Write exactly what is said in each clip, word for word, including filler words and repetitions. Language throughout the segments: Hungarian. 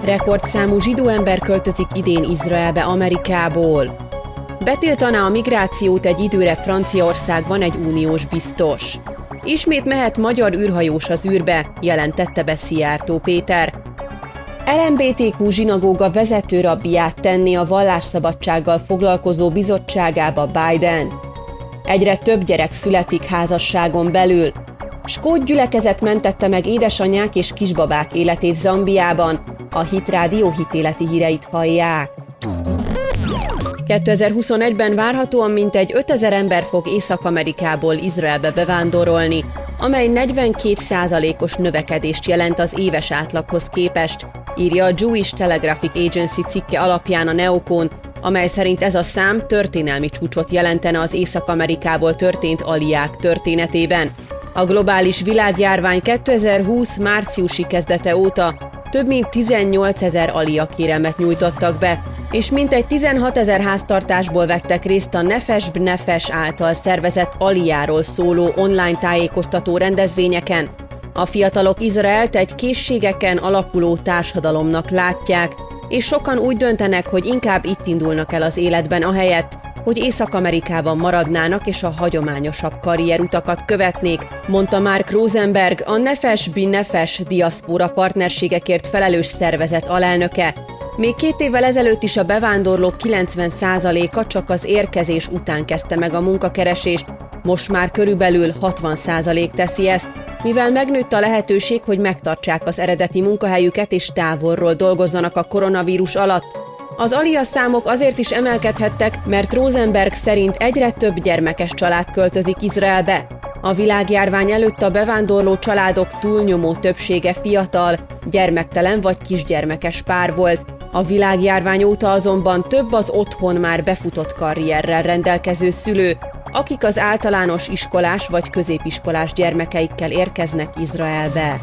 Rekordszámú zsidó ember költözik idén Izraelbe Amerikából. Betiltaná a migrációt egy időre Franciaországban egy uniós biztos. Ismét mehet magyar űrhajós az űrbe, jelentette be Szijjártó Péter. el em bé té kú zsinagóga vezető rabbiát tenni a vallásszabadsággal foglalkozó bizottságába Biden. Egyre több gyerek születik házasságon belül. Skót gyülekezet mentette meg édesanyák és kisbabák életét Zambiában. A Hit Rádió hitéleti híreit hallják. kétezer-huszonegyben várhatóan mintegy ötezer ember fog Észak-Amerikából Izraelbe bevándorolni, amely negyvenkét százalékos növekedést jelent az éves átlaghoz képest, írja a Jewish Telegraphic Agency cikke alapján a Neokon, amely szerint ez a szám történelmi csúcsot jelentene az Észak-Amerikából történt aliák történetében. A globális világjárvány kétezer-húsz márciusi kezdete óta több mint tizennyolcezer alia kérelmet nyújtottak be, és mintegy tizenhatezer háztartásból vettek részt a Nefesh B'Nefesh által szervezett aliáról szóló online tájékoztató rendezvényeken. A fiatalok Izraelt egy készségeken alapuló társadalomnak látják, és sokan úgy döntenek, hogy inkább itt indulnak el az életben ahelyett, hogy Észak-Amerikában maradnának és a hagyományosabb karrierutakat követnék, mondta Mark Rosenberg, a Nefesh B'Nefesh diaszpóra partnerségekért felelős szervezet alelnöke. Még két évvel ezelőtt is a bevándorlók kilencven százaléka csak az érkezés után kezdte meg a munkakeresést, most már körülbelül hatvan százalék teszi ezt, mivel megnőtt a lehetőség, hogy megtartsák az eredeti munkahelyüket és távolról dolgozzanak a koronavírus alatt. Az alia számok azért is emelkedhettek, mert Rosenberg szerint egyre több gyermekes család költözik Izraelbe. A világjárvány előtt a bevándorló családok túlnyomó többsége fiatal, gyermektelen vagy kisgyermekes pár volt. A világjárvány óta azonban több az otthon már befutott karrierrel rendelkező szülő, akik az általános iskolás vagy középiskolás gyermekeikkel érkeznek Izraelbe.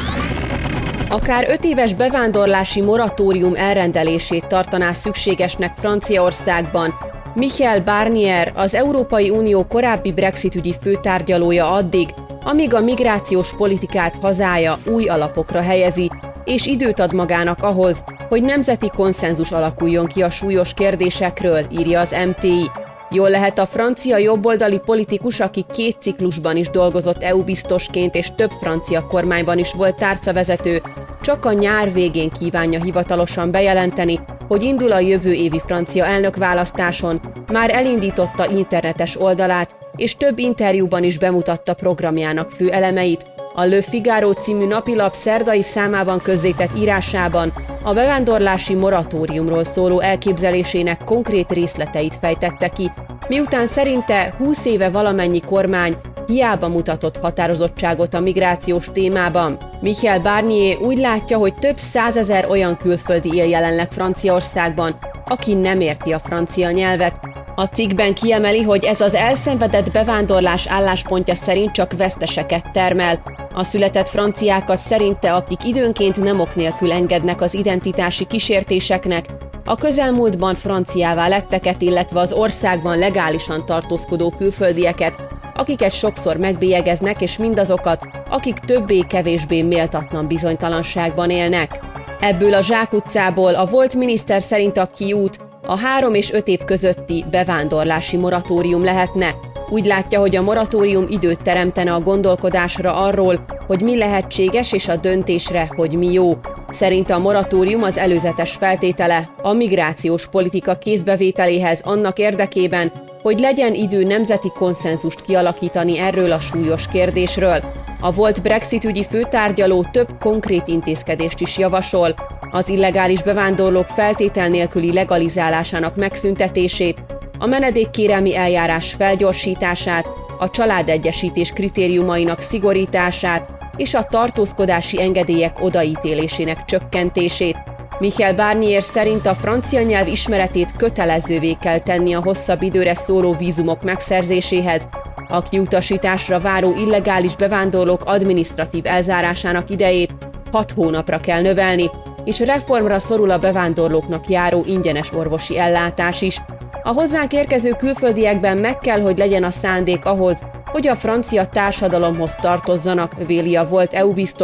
Akár öt éves bevándorlási moratórium elrendelését tartaná szükségesnek Franciaországban. Michel Barnier, az Európai Unió korábbi Brexit ügyi főtárgyalója addig, amíg a migrációs politikát hazája új alapokra helyezi, és időt ad magának ahhoz, hogy nemzeti konszenzus alakuljon ki a súlyos kérdésekről, írja az em té i. Jól lehet, a francia jobboldali politikus, aki két ciklusban is dolgozott é u-biztosként és több francia kormányban is volt tárcavezető, csak a nyár végén kívánja hivatalosan bejelenteni, hogy indul a jövő évi francia elnökválasztáson, már elindította internetes oldalát, és több interjúban is bemutatta programjának fő elemeit. A Le Figaro című napilap szerdai számában közzétett írásában a bevándorlási moratóriumról szóló elképzelésének konkrét részleteit fejtette ki, miután szerinte húsz éve valamennyi kormány hiába mutatott határozottságot a migrációs témában. Michel Barnier úgy látja, hogy több százezer olyan külföldi él jelenleg Franciaországban, aki nem érti a francia nyelvet. A cikkben kiemeli, hogy ez az elszenvedett bevándorlás álláspontja szerint csak veszteseket termel. A született franciákat szerinte, akik időnként nem ok nélkül engednek az identitási kísértéseknek, a közelmúltban franciává letteket, illetve az országban legálisan tartózkodó külföldieket, akiket sokszor megbélyegeznek, és mindazokat, akik többé-kevésbé méltatlan bizonytalanságban élnek. Ebből a zsákutcából a volt miniszter szerint a kiút a három és öt év közötti bevándorlási moratórium lehetne. Úgy látja, hogy a moratórium időt teremtene a gondolkodásra arról, hogy mi lehetséges, és a döntésre, hogy mi jó. Szerinte a moratórium az előzetes feltétele a migrációs politika kézbevételéhez annak érdekében, hogy legyen idő nemzeti konszenzust kialakítani erről a súlyos kérdésről. A volt Brexit ügyi főtárgyaló több konkrét intézkedést is javasol, az illegális bevándorlók feltétel nélküli legalizálásának megszüntetését, a menedékkérelmi eljárás felgyorsítását, a családegyesítés kritériumainak szigorítását és a tartózkodási engedélyek odaítélésének csökkentését. Michel Barnier szerint a francia nyelv ismeretét kötelezővé kell tenni a hosszabb időre szóló vízumok megszerzéséhez, a kiutasításra váró illegális bevándorlók adminisztratív elzárásának idejét hat hónapra kell növelni, és reformra szorul a bevándorlóknak járó ingyenes orvosi ellátás is. A hozzánk érkező külföldiekben meg kell, hogy legyen a szándék ahhoz, hogy a francia társadalomhoz tartozzanak, véli a volt é u-biztos,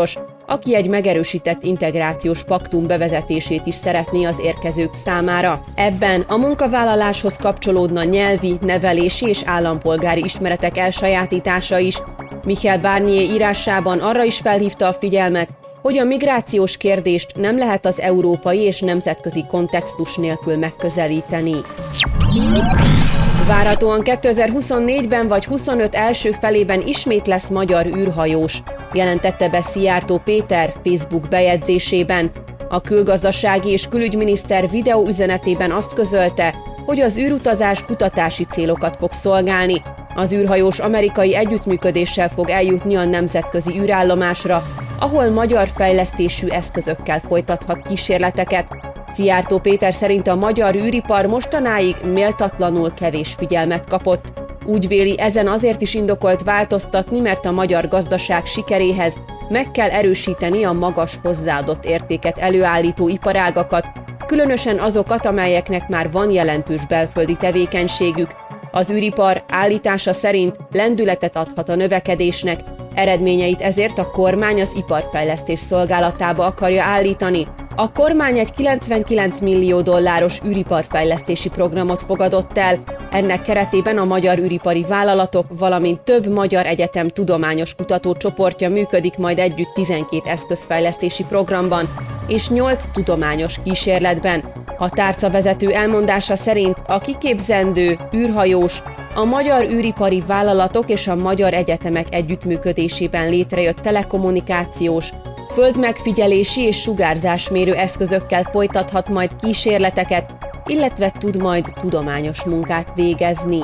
aki egy megerősített integrációs paktum bevezetését is szeretné az érkezők számára. Ebben a munkavállaláshoz kapcsolódna nyelvi, nevelési és állampolgári ismeretek elsajátítása is. Michel Barnier írásában arra is felhívta a figyelmet, hogy a migrációs kérdést nem lehet az európai és nemzetközi kontextus nélkül megközelíteni. Várhatóan kétezer-huszonnégyben vagy huszonöt első felében ismét lesz magyar űrhajós, jelentette be Szijjártó Péter Facebook bejegyzésében. A külgazdasági és külügyminiszter videóüzenetében azt közölte, hogy az űrutazás kutatási célokat fog szolgálni. Az űrhajós amerikai együttműködéssel fog eljutni a nemzetközi űrállomásra, ahol magyar fejlesztésű eszközökkel folytathat kísérleteket. Szijjártó Péter szerint a magyar űripar mostanáig méltatlanul kevés figyelmet kapott. Úgy véli, ezen azért is indokolt változtatni, mert a magyar gazdaság sikeréhez meg kell erősíteni a magas hozzáadott értéket előállító iparágakat, különösen azokat, amelyeknek már van jelentős belföldi tevékenységük. Az űripar állítása szerint lendületet adhat a növekedésnek, eredményeit ezért a kormány az iparfejlesztés szolgálatába akarja állítani. A kormány egy kilencvenkilenc millió dolláros űriparfejlesztési programot fogadott el. Ennek keretében a magyar űripari vállalatok, valamint több magyar egyetem tudományos kutatócsoportja működik majd együtt tizenkét eszközfejlesztési programban és nyolc tudományos kísérletben. A tárcavezető elmondása szerint a kiképzendő űrhajós a magyar űripari vállalatok és a magyar egyetemek együttműködésében létrejött telekommunikációs, földmegfigyelési és sugárzásmérő eszközökkel folytathat majd kísérleteket, illetve tud majd tudományos munkát végezni.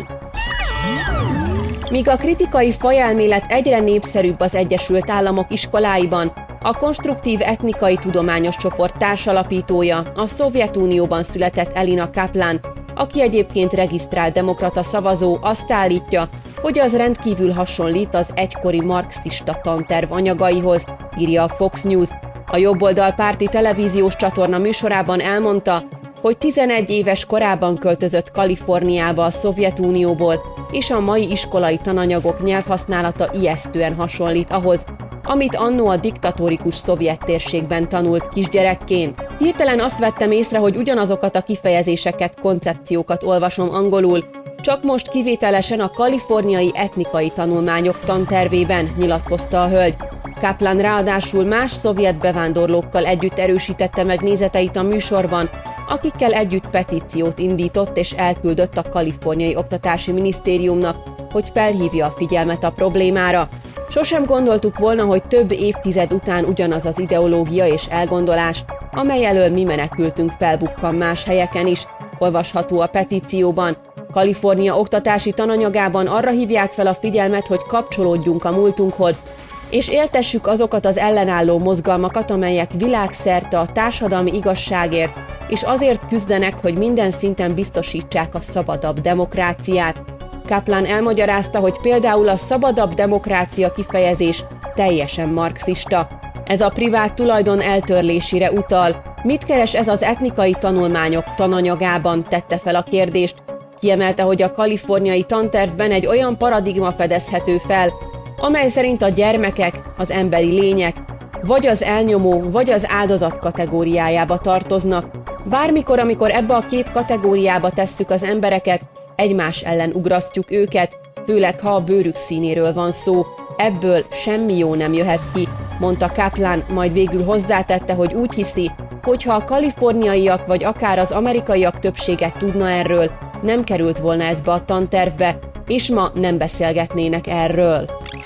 Míg a kritikai fajelmélet egyre népszerűbb az Egyesült Államok iskoláiban, a konstruktív etnikai tudományos csoport társalapítója, a Szovjetunióban született Elina Kaplan, aki egyébként regisztrált demokrata szavazó, azt állítja, hogy az rendkívül hasonlít az egykori marxista tanterv anyagaihoz, írja a Fox News. A jobboldal párti televíziós csatorna műsorában elmondta, hogy tizenegy éves korában költözött Kaliforniába a Szovjetunióból, és a mai iskolai tananyagok nyelvhasználata ijesztően hasonlít ahhoz, amit annó a diktatórikus szovjet térségben tanult kisgyerekként. Hirtelen azt vettem észre, hogy ugyanazokat a kifejezéseket, koncepciókat olvasom angolul, csak most kivételesen a kaliforniai etnikai tanulmányok tantervében, nyilatkozta a hölgy. Kaplan ráadásul más szovjet bevándorlókkal együtt erősítette meg nézeteit a műsorban, akikkel együtt petíciót indított és elküldött a kaliforniai oktatási minisztériumnak, hogy felhívja a figyelmet a problémára. Sosem gondoltuk volna, hogy több évtized után ugyanaz az ideológia és elgondolás, amely elől mi menekültünk, felbukkan más helyeken is, olvasható a petícióban. Kalifornia oktatási tananyagában arra hívják fel a figyelmet, hogy kapcsolódjunk a múltunkhoz, és éltessük azokat az ellenálló mozgalmakat, amelyek világszerte a társadalmi igazságért, és azért küzdenek, hogy minden szinten biztosítsák a szabadabb demokráciát. Kaplan elmagyarázta, hogy például a szabadabb demokrácia kifejezés teljesen marxista. Ez a privát tulajdon eltörlésére utal. Mit keres ez az etnikai tanulmányok tananyagában, tette fel a kérdést. Kiemelte, hogy a kaliforniai tantervben egy olyan paradigma fedezhető fel, amely szerint a gyermekek, az emberi lények, vagy az elnyomó, vagy az áldozat kategóriájába tartoznak. Bármikor, amikor ebbe a két kategóriába tesszük az embereket, egymás ellen ugrasztjuk őket, főleg ha a bőrük színéről van szó. Ebből semmi jó nem jöhet ki, mondta Kaplan, majd végül hozzátette, hogy úgy hiszi, hogy ha a kaliforniaiak vagy akár az amerikaiak többsége tudna erről, nem került volna ez be a tantervbe, és ma nem beszélgetnének erről.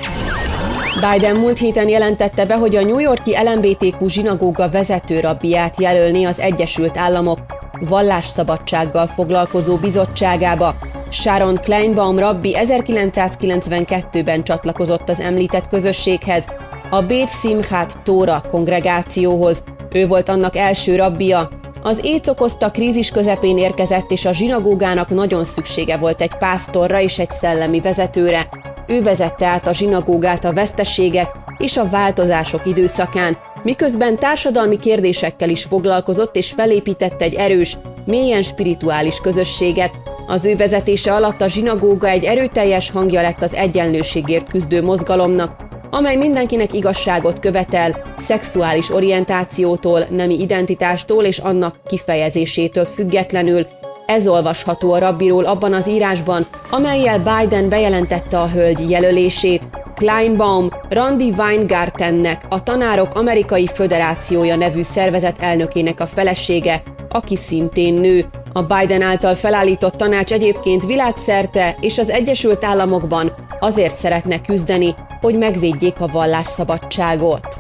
Biden múlt héten jelentette be, hogy a New York-i el em bé té kú zsinagóga vezető rabbiát jelölné az Egyesült Államok vallásszabadsággal foglalkozó bizottságába. Sharon Kleinbaum rabbi ezerkilencszázkilencvenkettőben csatlakozott az említett közösséghez, a Bét Simchat Tóra kongregációhoz. Ő volt annak első rabbija. Az éc okozta krízis közepén érkezett, és a zsinagógának nagyon szüksége volt egy pásztorra és egy szellemi vezetőre. Ő vezette át a zsinagógát a veszteségek és a változások időszakán, miközben társadalmi kérdésekkel is foglalkozott és felépített egy erős, mélyen spirituális közösséget. Az ő vezetése alatt a zsinagóga egy erőteljes hangja lett az egyenlőségért küzdő mozgalomnak, amely mindenkinek igazságot követel, szexuális orientációtól, nemi identitástól és annak kifejezésétől függetlenül. Ez olvasható a rabbiról abban az írásban, amellyel Biden bejelentette a hölgy jelölését. Kleinbaum, Randi Weingartennek, a Tanárok Amerikai Föderációja nevű szervezet elnökének a felesége, aki szintén nő. A Biden által felállított tanács egyébként világszerte és az Egyesült Államokban azért szeretne küzdeni, hogy megvédjék a vallásszabadságot.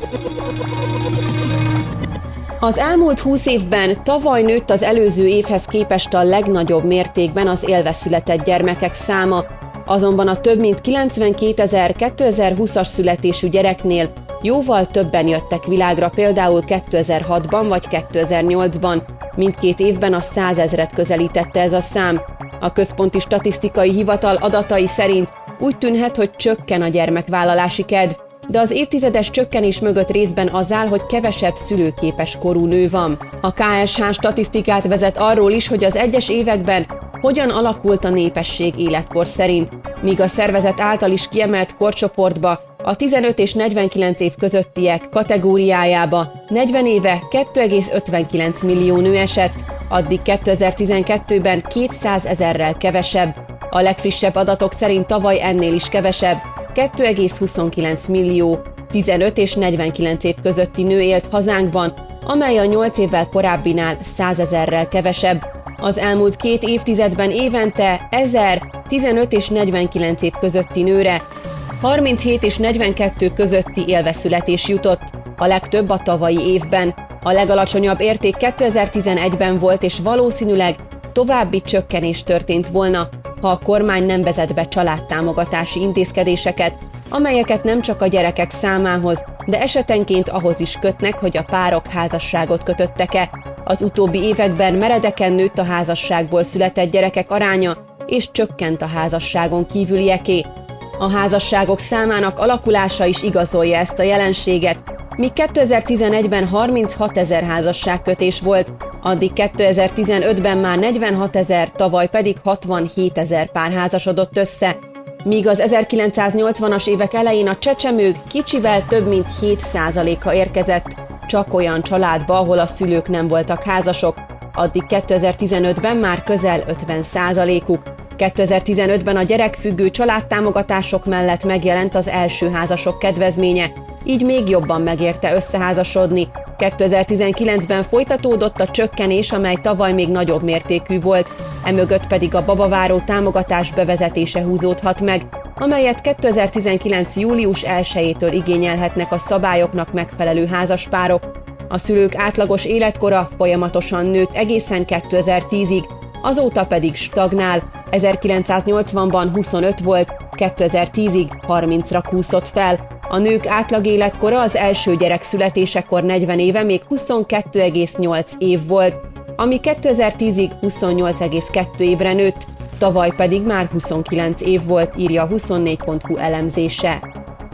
Az elmúlt húsz évben tavaly nőtt az előző évhez képest a legnagyobb mértékben az élve született gyermekek száma, azonban a több mint kilencvenkétezer kétezer-húszas születésű gyereknél jóval többen jöttek világra, például kétezer-hatban vagy kétezer-nyolcban. Mindkét évben a százezret közelítette ez a szám. A Központi Statisztikai Hivatal adatai szerint úgy tűnhet, hogy csökken a gyermekvállalási kedv, de az évtizedes csökkenés mögött részben az áll, hogy kevesebb szülőképes korú nő van. A ká es há statisztikát vezet arról is, hogy az egyes években hogyan alakult a népesség életkor szerint, míg a szervezet által is kiemelt korcsoportba, a tizenöt és negyvenkilenc év közöttiek kategóriájába negyven éve kettő egész ötvenkilenc millió nő esett, addig kétezer-tizenkettőben kétszázezerrel kevesebb. A legfrissebb adatok szerint tavaly ennél is kevesebb, kettő egész huszonkilenc millió, tizenöt és negyvenkilenc év közötti nő élt hazánkban, amely a nyolc évvel korábbinál százezerrel kevesebb. Az elmúlt két évtizedben évente ezer, tizenöt és negyvenkilenc év közötti nőre, harminchét és negyvenkettő közötti élveszületés jutott, a legtöbb a tavalyi évben. A legalacsonyabb érték kétezer-tizenegyben volt, és valószínűleg további csökkenés történt volna, ha a kormány nem vezet be családtámogatási intézkedéseket, amelyeket nem csak a gyerekek számához, de esetenként ahhoz is kötnek, hogy a párok házasságot kötöttek-e. Az utóbbi években meredeken nőtt a házasságból született gyerekek aránya, és csökkent a házasságon kívülieké. A házasságok számának alakulása is igazolja ezt a jelenséget. Míg kétezer-tizenegyben harminchatezer házasságkötés volt, addig kétezer-tizenötben már negyvenhatezer, tavaly pedig hatvanhétezer pár házasodott össze. Míg az ezerkilencszáznyolcvanas évek elején a csecsemők kicsivel több mint hét százaléka érkezett csak olyan családba, ahol a szülők nem voltak házasok, addig kétezer-tizenötben már közel ötven százalékuk. kétezer-tizenötben a gyerekfüggő családtámogatások mellett megjelent az első házasok kedvezménye, így még jobban megérte összeházasodni. kétezer-tizenkilencben folytatódott a csökkenés, amely tavaly még nagyobb mértékű volt, emögött pedig a babaváró támogatás bevezetése húzódhat meg, amelyet kétezer-tizenkilenc július elsejétől igényelhetnek a szabályoknak megfelelő házaspárok. A szülők átlagos életkora folyamatosan nőtt egészen kétezer-tízig, azóta pedig stagnál, ezerkilencszáznyolcvanban huszonöt volt, kétezer-tízig harmincra kúszott fel. A nők átlag életkora az első gyerek születésekor negyven éve még huszonkettő egész nyolc év volt, ami kétezer-tízig huszonnyolc egész kettő évre nőtt, tavaly pedig már huszonkilenc év volt, írja a huszonnégy pont hu elemzése.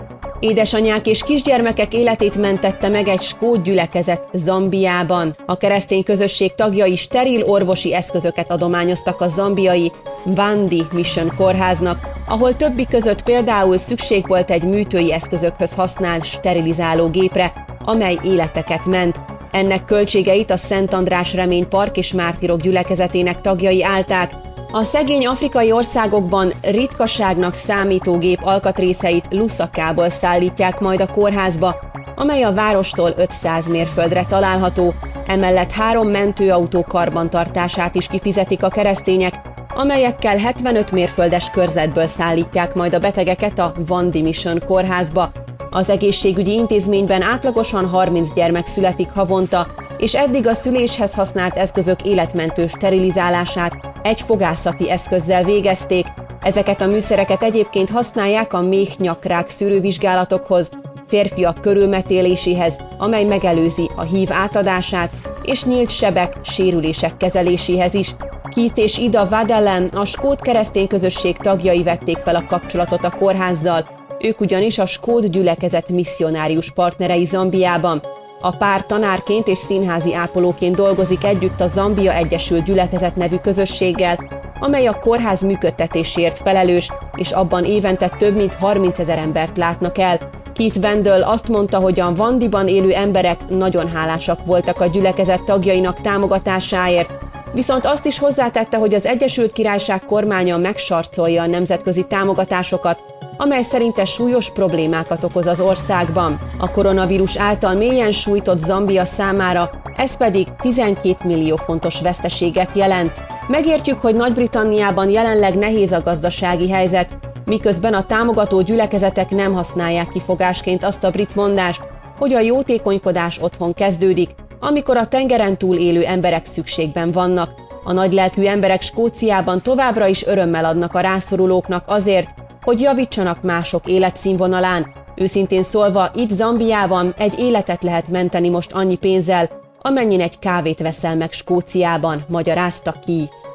Édesanyák és kisgyermekek életét mentette meg egy skót gyülekezet Zambiában. A keresztény közösség tagjai steril orvosi eszközöket adományoztak a zambiai Bandi Mission kórháznak, ahol többi között például szükség volt egy műtői eszközökhöz használt sterilizáló gépre, amely életeket ment. Ennek költségeit a Szent András Remény Park és Mártirok gyülekezetének tagjai állták. A szegény afrikai országokban ritkaságnak számító gép alkatrészeit Lusakából szállítják majd a kórházba, amely a várostól ötszáz mérföldre található. Emellett három mentőautó karbantartását is kifizetik a keresztények, amelyekkel hetvenöt mérföldes körzetből szállítják majd a betegeket a Bandi Mission kórházba. Az egészségügyi intézményben átlagosan harminc gyermek születik havonta, és eddig a szüléshez használt eszközök életmentő sterilizálását egy fogászati eszközzel végezték. Ezeket a műszereket egyébként használják a méhnyakrák szűrővizsgálatokhoz, férfiak körülmetéléséhez, amely megelőzi a hív átadását, és nyílt sebek, sérülések kezeléséhez is. Keith és Ida Waddellen, a skót keresztény közösség tagjai vették fel a kapcsolatot a kórházzal, ők ugyanis a skót gyülekezet misszionárius partnerei Zambiában. A pár tanárként és színházi ápolóként dolgozik együtt a Zambia Egyesült Gyülekezet nevű közösséggel, amely a kórház működtetéséért felelős, és abban évente több mint harmincezer embert látnak el. Keith Wendell azt mondta, hogy a Vandiban élő emberek nagyon hálásak voltak a gyülekezet tagjainak támogatásáért, viszont azt is hozzátette, hogy az Egyesült Királyság kormánya megsarcolja a nemzetközi támogatásokat, amely szerinte súlyos problémákat okoz az országban. A koronavírus által mélyen sújtott Zambia számára ez pedig tizenkét millió fontos veszteséget jelent. Megértjük, hogy Nagy-Britanniában jelenleg nehéz a gazdasági helyzet, miközben a támogató gyülekezetek nem használják kifogásként azt a brit mondást, hogy a jótékonykodás otthon kezdődik, amikor a tengeren túl élő emberek szükségben vannak. A nagylelkű emberek Skóciában továbbra is örömmel adnak a rászorulóknak azért, hogy javítsanak mások életszínvonalán. Őszintén szólva, itt Zambiában egy életet lehet menteni most annyi pénzzel, amennyin egy kávét veszel meg Skóciában, magyarázta Keith.